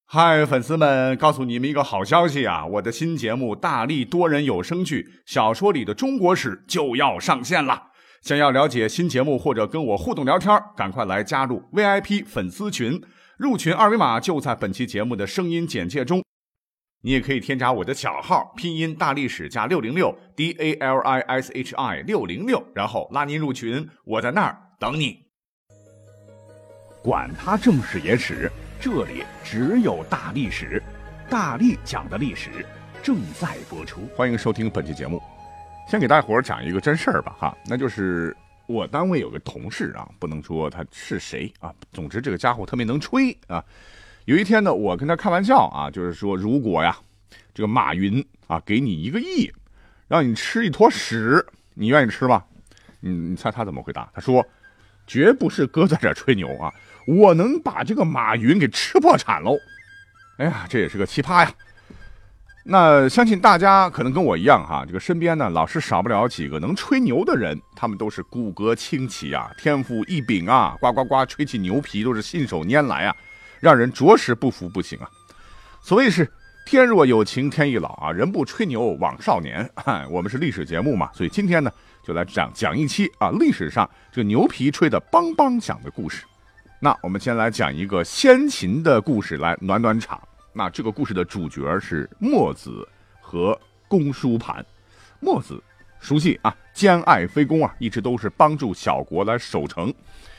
嗨，粉丝们，告诉你们一个好消息啊！我的新节目《大力多人有声剧小说里的中国史》就要上线了。想要了解新节目或者跟我互动聊天，赶快来加入 VIP 粉丝群，入群二维码就在本期节目的声音简介中。你也可以添加我的小号，拼音大历史加606 DALISHI 606，然后拉您入群，我在那儿等你。 管他正史野史，这里只有大历史，大力讲的历史正在播出。 欢迎收听本期节目。先给大伙儿讲一个真事儿吧哈，那就是我单位有个同事啊，不能说他是谁啊，总之这个家伙特别能吹啊。有一天呢，我跟他开玩笑啊，就是说如果呀，这个马云啊给你1个亿，让你吃一坨屎，你愿意吃吗？你猜他怎么回答？他说绝不是哥在这吹牛啊，我能把这个马云给吃破产喽。哎呀，这也是个奇葩呀。那相信大家可能跟我一样哈，这个身边呢老是少不了几个能吹牛的人，他们都是骨骼清奇啊，天赋异禀啊，呱呱呱吹起牛皮都是信手拈来啊，让人着实不服不行啊。所谓是天若有情天亦老啊，人不吹牛枉少年。我们是历史节目嘛，所以今天呢就来讲一期啊历史上这个牛皮吹的梆梆响的故事。那我们先来讲一个先秦的故事来暖暖场。那这个故事的主角是墨子和公输盘。墨子熟悉啊，兼爱非攻啊，一直都是帮助小国来守城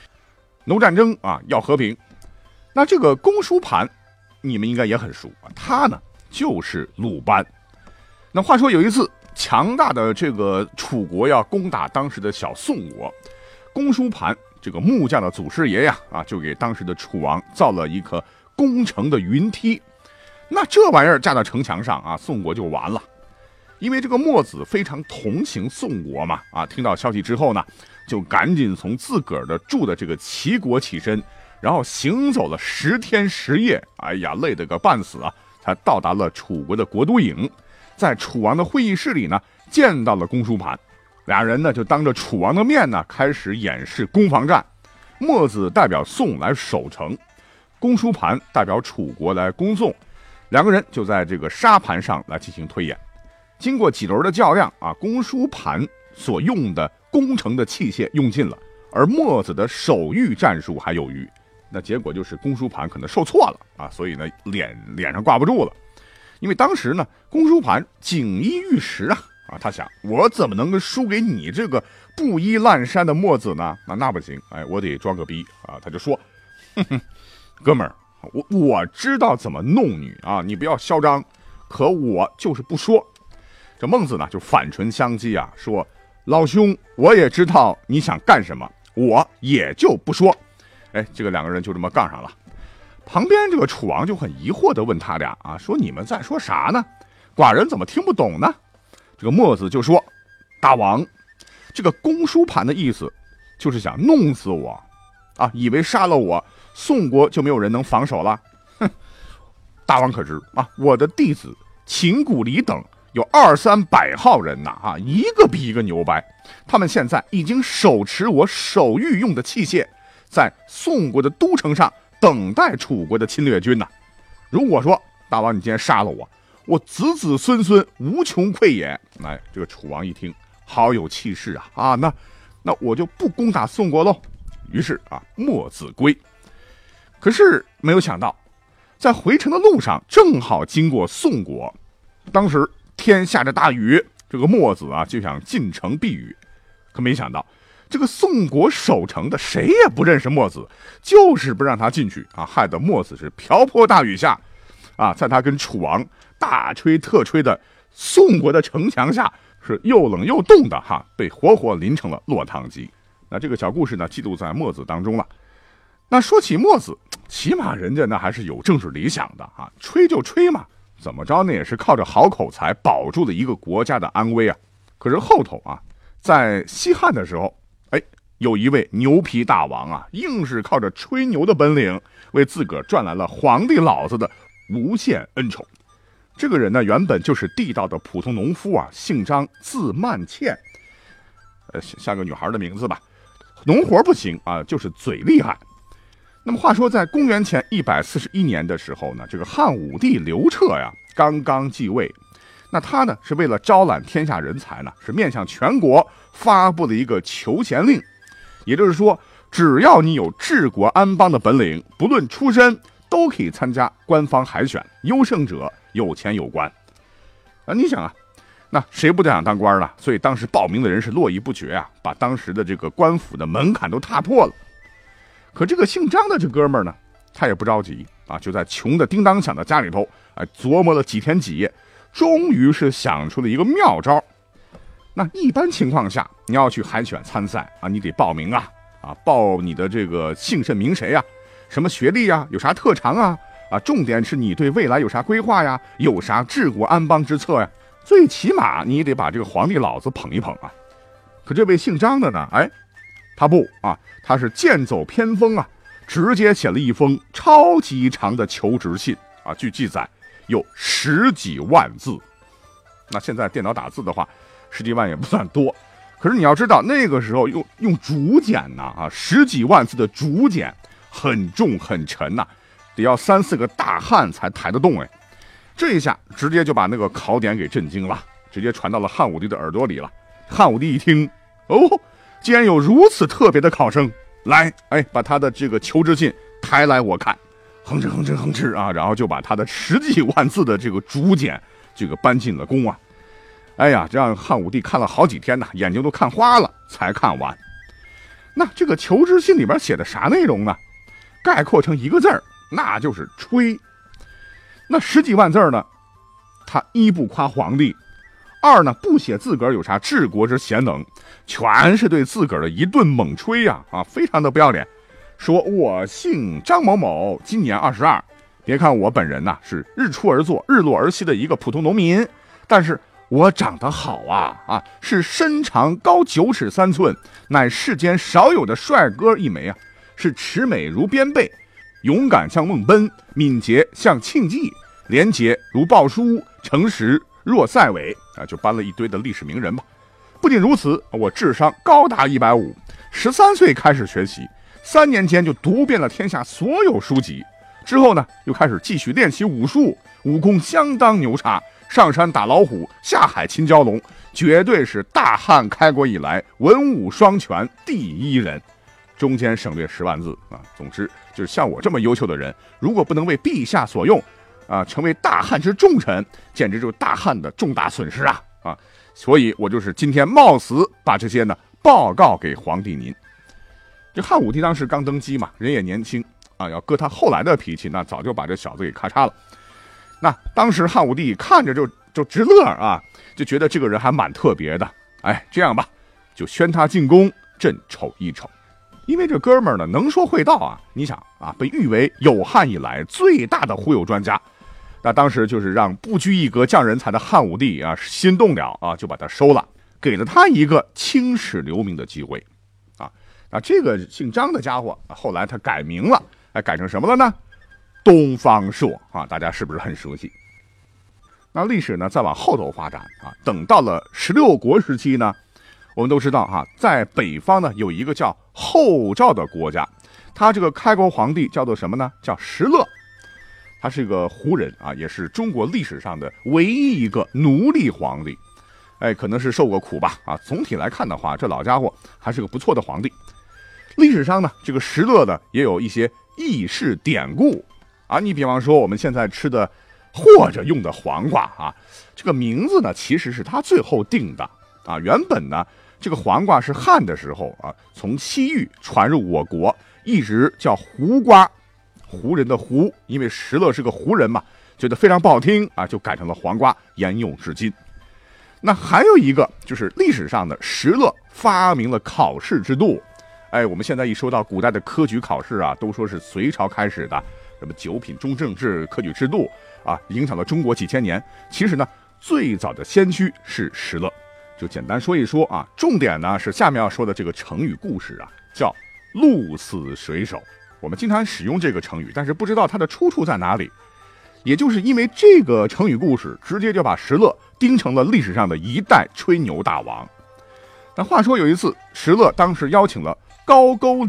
，no战争啊，要和平。那这个公输盘你们应该也很熟啊，他呢就是鲁班。那话说有一次强大的这个楚国要攻打当时的小宋国，公输盘这个木匠的祖师爷呀啊，就给当时的楚王造了一颗攻城的云梯。那这玩意儿架到城墙上啊，宋国就完了。因为这个墨子非常同情宋国嘛啊，听到消息之后呢，就赶紧从自个儿的住的这个齐国起身，然后行走了10天10夜，哎呀，累得个半死啊，才到达了楚国的国都郢。在楚王的会议室里呢，见到了公输盘，俩人呢就当着楚王的面呢，开始演示攻防战。墨子代表宋来守城，公输盘代表楚国来攻宋，两个人就在这个沙盘上来进行推演。经过几轮的较量啊，公输盘所用的攻城的器械用尽了，而墨子的守御战术还有余。那结果就是公输盘可能受挫了啊，所以呢脸上挂不住了。因为当时呢，公输盘锦衣玉食啊，他想我怎么能够输给你这个布衣烂衫的墨子呢？那不行，哎，我得装个逼啊。他就说，哼哼，哥们儿，我知道怎么弄你啊，你不要嚣张，可我就是不说。这孟子呢就反唇相讥啊，说老兄，我也知道你想干什么，我也就不说。哎，这个两个人就这么杠上了。旁边这个楚王就很疑惑地问他俩啊，说你们在说啥呢？寡人怎么听不懂呢？这个墨子就说，大王，这个公输盘的意思就是想弄死我啊，以为杀了我宋国就没有人能防守了。哼，大王可知啊，我的弟子秦古离等有200-300号人呐啊，一个比一个牛掰。他们现在已经手持我守御用的器械，在宋国的都城上等待楚国的侵略军呐。如果说大王你今天杀了我，我子子孙孙无穷匮也。哎，这个楚王一听，好有气势啊！那我就不攻打宋国喽。于是啊，墨子归。可是没有想到，在回程的路上正好经过宋国，当时天下着大雨，这个墨子啊就想进城避雨，可没想到这个宋国守城的谁也不认识墨子，就是不让他进去啊，害得墨子是瓢泼大雨下啊，在他跟楚王大吹特吹的宋国的城墙下，是又冷又冻的哈，被活活淋成了落汤鸡。那这个小故事呢，记录在墨子当中了。那说起墨子，起码人家呢还是有政治理想的啊，吹就吹嘛，怎么着呢也是靠着好口才保住了一个国家的安危啊。可是后头啊，在西汉的时候，哎，有一位牛皮大王啊，硬是靠着吹牛的本领，为自个儿赚来了皇帝老子的无限恩宠。这个人呢，原本就是地道的普通农夫啊，姓张，字曼倩，像个女孩的名字吧。农活不行啊，就是嘴厉害。 那么话说，在公元前141年的时候呢，这个汉武帝刘彻呀刚刚继位，那他呢是为了招揽天下人才呢，是面向全国发布了一个求贤令，也就是说，只要你有治国安邦的本领，不论出身，都可以参加官方海选，优胜者有钱有官。你想啊，那谁不想当官呢？所以当时报名的人是络绎不绝啊，把当时的这个官府的门槛都踏破了。可这个姓张的这哥们儿呢，他也不着急啊，就在穷的叮当响的家里头，琢磨了几天几夜，终于是想出了一个妙招。那一般情况下，你要去海选参赛啊，你得报名啊，报你的这个姓甚名谁啊，什么学历啊，有啥特长啊，重点是你对未来有啥规划呀，有啥治国安邦之策呀，最起码你得把这个皇帝老子捧一捧啊。可这位姓张的呢，他不啊，他是剑走偏锋啊，直接写了一封超级长的求职信啊，据记载有10几万字。那现在电脑打字的话，10几万也不算多，可是你要知道那个时候用竹简呢，10几万字的竹简很重很沉呐，得要3、4个大汉才抬得动。这一下直接就把那个考点给震惊了，直接传到了汉武帝的耳朵里了。汉武帝一听，既然有如此特别的考生，来，把他的这个求职信抬来我看，哼哧啊，然后就把他的10几万字的这个竹简这个搬进了宫啊。这让汉武帝看了好几天呢，眼睛都看花了才看完。那这个求职信里边写的啥内容呢？概括成一个字儿，那就是吹。那10几万字呢，他一不夸皇帝，二呢不写自个儿有啥治国之贤能，全是对自个儿的一顿猛吹呀，非常的不要脸。说我姓张某某，今年22，别看我本人呐是日出而作日落而息的一个普通农民，但是我长得好啊，是身长高9尺3寸，乃世间少有的帅哥一枚啊，是齿美如边贝，勇敢像孟奔，敏捷像庆忌，廉洁如鲍叔，诚实若赛伟就搬了一堆的历史名人吧。不仅如此，我智商高达150， 13岁开始学习，3年间就读遍了天下所有书籍，之后呢又开始继续练习武术，武功相当牛叉，上山打老虎，下海擒蛟龙，绝对是大汉开国以来文武双全第一人。中间省略10万字啊。总之就是像我这么优秀的人，如果不能为陛下所用成为大汉之重臣，简直就是大汉的重大损失啊。所以我就是今天冒死把这些呢报告给皇帝您。这汉武帝当时刚登基嘛，人也年轻要搁他后来的脾气，那早就把这小子给咔嚓了。那当时汉武帝看着就直乐就觉得这个人还蛮特别的。这样吧，就宣他进宫，朕瞅一瞅。因为这哥们儿呢能说会道你想被誉为有汉以来最大的忽悠专家。那当时就是让不拘一格降人才的汉武帝心动了就把他收了，给了他一个青史留名的机会那这个姓张的家伙后来他改名了，改成什么了呢？东方朔大家是不是很熟悉？那历史呢再往后头发展等到了16国时期呢，我们都知道在北方呢有一个叫后赵的国家，他这个开国皇帝叫做什么呢？叫石勒。他是个胡人也是中国历史上的唯一一个奴隶皇帝。可能是受过苦吧总体来看的话，这老家伙还是个不错的皇帝。历史上呢，这个石勒呢也有一些轶事典故你比方说我们现在吃的或者用的黄瓜这个名字呢其实是他最后定的原本呢这个黄瓜是汉的时候从西域传入我国，一直叫胡瓜，胡人的胡，因为石勒是个胡人嘛，觉得非常不好听就改成了黄瓜，沿用至今。那还有一个就是历史上的石勒发明了考试制度。我们现在一说到古代的科举考试都说是隋朝开始的，什么9品中正制科举制度影响了中国几千年。其实呢，最早的先驱是石勒。就简单说一说重点呢是下面要说的这个成语故事叫鹿死谁手。我们经常使用这个成语，但是不知道它的出处在哪里。也就是因为这个成语故事，直接就把石勒钉成了历史上的一代吹牛大王。但话说有一次，石勒当时邀请了高句丽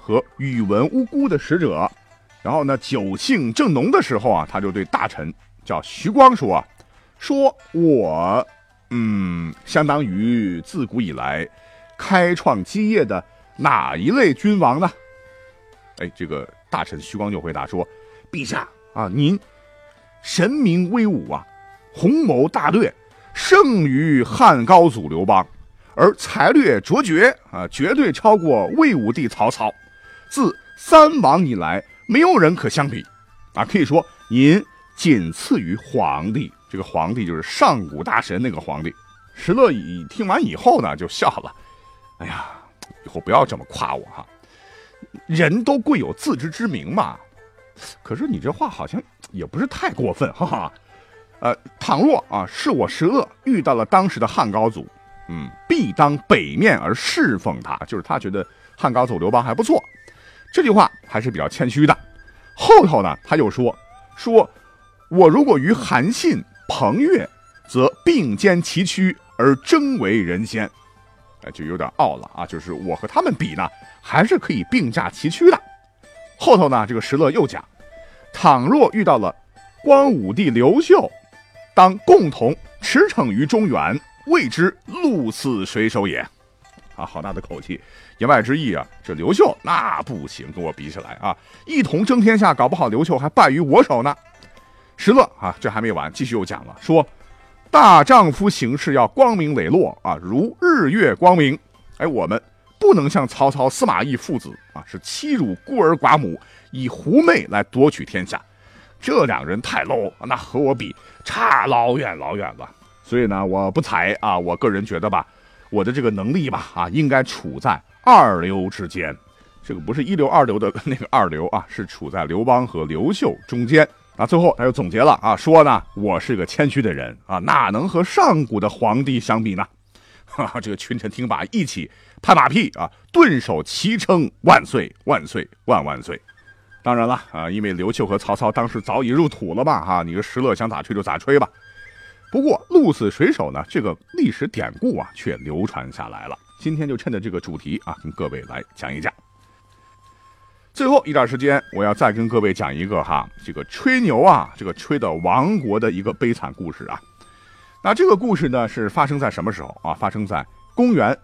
和宇文无辜的使者。然后呢，酒兴正浓的时候啊，他就对大臣叫徐光说我相当于自古以来开创基业的哪一类君王呢？这个大臣徐光就回答说，陛下啊，您神明威武啊，宏谋大略，胜于汉高祖刘邦，而才略卓绝啊，绝对超过魏武帝曹操，自三王以来没有人可相比啊，可以说您仅次于皇帝。这个皇帝就是上古大神那个皇帝。石勒以听完以后呢，就笑了。哎呀，以后不要这么夸我哈，人都贵有自知之明嘛。可是你这话好像也不是太过分，哈哈。倘若啊是我石勒遇到了当时的汉高祖，必当北面而侍奉他，就是他觉得汉高祖刘邦还不错。这句话还是比较谦虚的。后头呢，他又说我如果与韩信、彭越，则并肩齐驱而争为人先。就有点傲了啊，就是我和他们比呢，还是可以并驾齐驱的。后头呢，这个石勒又讲，倘若遇到了光武帝刘秀，当共同驰骋于中原，谓之鹿死谁手也。啊，好大的口气！言外之意啊，这刘秀那不行，跟我比起来啊，一同争天下，搞不好刘秀还败于我手呢。石勒啊，这还没完，继续又讲了，说大丈夫行事要光明磊落啊，如日月光明。我们不能像曹操、司马懿父子啊，是欺辱孤儿寡母，以狐媚来夺取天下。这两人太 low， 那和我比差老远老远了。所以呢，我不才啊，我个人觉得吧，我的这个能力吧啊，应该处在二流之间。这个不是一流二流的那个二流啊，是处在刘邦和刘秀中间。最后他又总结了啊，说呢，我是个谦虚的人啊，哪能和上古的皇帝相比呢？这个群臣听罢，一起拍马屁啊，顿首齐称万岁万岁万万岁。当然了啊，因为刘秀和曹操当时早已入土了嘛哈，你个石勒想咋吹就咋吹吧。不过鹿死谁手呢，这个历史典故啊却流传下来了。今天就趁着这个主题啊，跟各位来讲一讲。最后一段时间，我要再跟各位讲一个这个吹牛啊，这个吹的亡国的一个悲惨故事啊。那这个故事呢，是发生在什么时候啊？发生在公元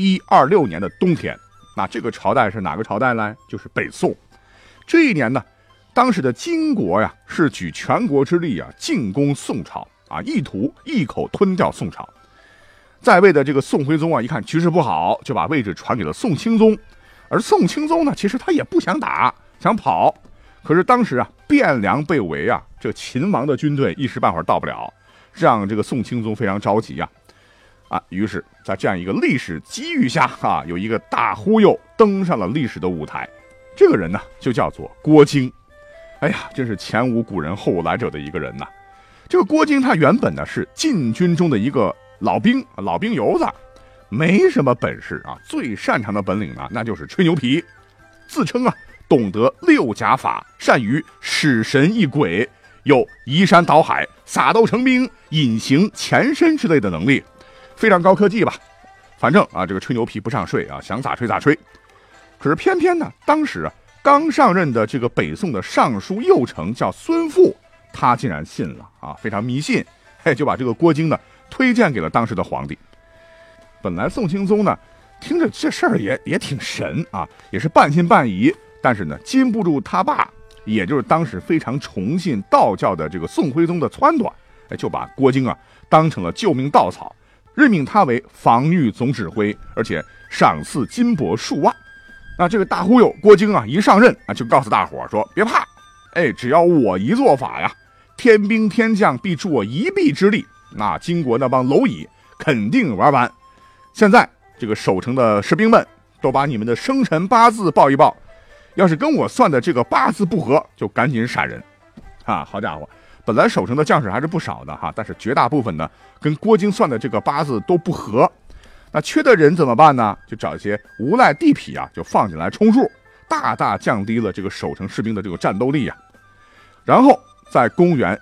1126年的冬天。那这个朝代是哪个朝代呢？就是北宋。这一年呢，当时的金国呀，是举全国之力啊，进攻宋朝啊，意图一口吞掉宋朝。在位的这个宋徽宗啊，一看局势不好，就把位置传给了宋钦宗。而宋钦宗呢，其实他也不想打，想跑。可是当时啊，汴梁被围啊，这秦王的军队一时半会儿到不了，让这个宋钦宗非常着急啊。于是，在这样一个历史机遇下有一个大忽悠登上了历史的舞台。这个人呢，就叫做郭京。真是前无古人后无来者的一个人呐。这个郭京他原本呢是禁军中的一个老兵油子。没什么本事啊，最擅长的本领呢，那就是吹牛皮。自称啊，懂得六甲法，善于使神役鬼，有移山倒海、撒豆成兵、隐形潜身之类的能力，非常高科技吧。反正啊，这个吹牛皮不上税啊，想咋吹咋吹。可是偏偏呢，当时啊刚上任的这个北宋的尚书右丞叫孙富，他竟然信了啊，非常迷信，就把这个郭京呢推荐给了当时的皇帝。本来宋钦宗呢，听着这事儿也挺神啊，也是半信半疑，但是呢，禁不住他爸，也就是当时非常崇信道教的这个宋徽宗的撺掇，就把郭京啊当成了救命稻草，任命他为防御总指挥，而且赏赐金帛数万。那这个大忽悠郭京啊，一上任啊，就告诉大伙说别怕，只要我一做法呀，天兵天将必助我一臂之力，那金国那帮蝼蚁肯定玩完。现在这个守城的士兵们都把你们的生辰八字报一报，要是跟我算的这个八字不合，就赶紧闪人好家伙，本来守城的将士还是不少的但是绝大部分呢跟郭京算的这个八字都不合。那缺的人怎么办呢？就找一些无赖地痞就放进来充数，大大降低了这个守城士兵的这个战斗力然后在公元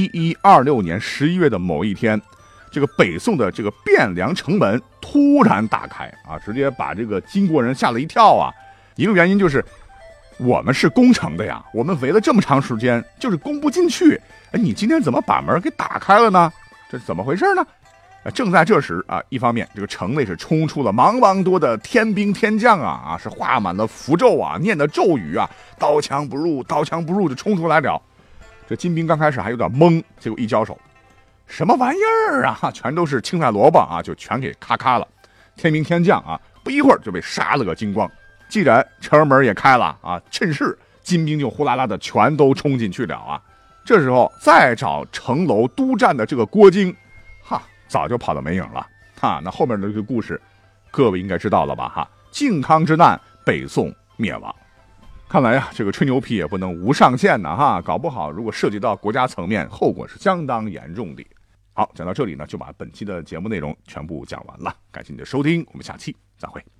1126年11月的某一天，这个北宋的这个汴梁城门突然打开直接把这个金国人吓了一跳一个原因就是我们是攻城的呀，我们围了这么长时间，就是攻不进去。哎，你今天怎么把门给打开了呢？这怎么回事呢？正在这时啊，一方面这个城内是冲出了茫茫多的天兵天将啊，是画满了符咒啊，念的咒语啊，刀枪不入，刀枪不入就冲出来了。这金兵刚开始还有点懵，结果一交手，什么玩意儿啊，全都是青菜萝卜啊，就全给咔咔了。天兵天将啊，不一会儿就被杀了个精光。既然城门也开了啊，趁势金兵就呼啦啦的全都冲进去了啊。这时候再找城楼督战的这个郭京，早就跑得没影了哈。那后面的这个故事，各位应该知道了吧哈？靖康之难，北宋灭亡。看来呀，这个吹牛皮也不能无上限呢哈，搞不好如果涉及到国家层面，后果是相当严重的。好，讲到这里呢，就把本期的节目内容全部讲完了。感谢你的收听，我们下期再会。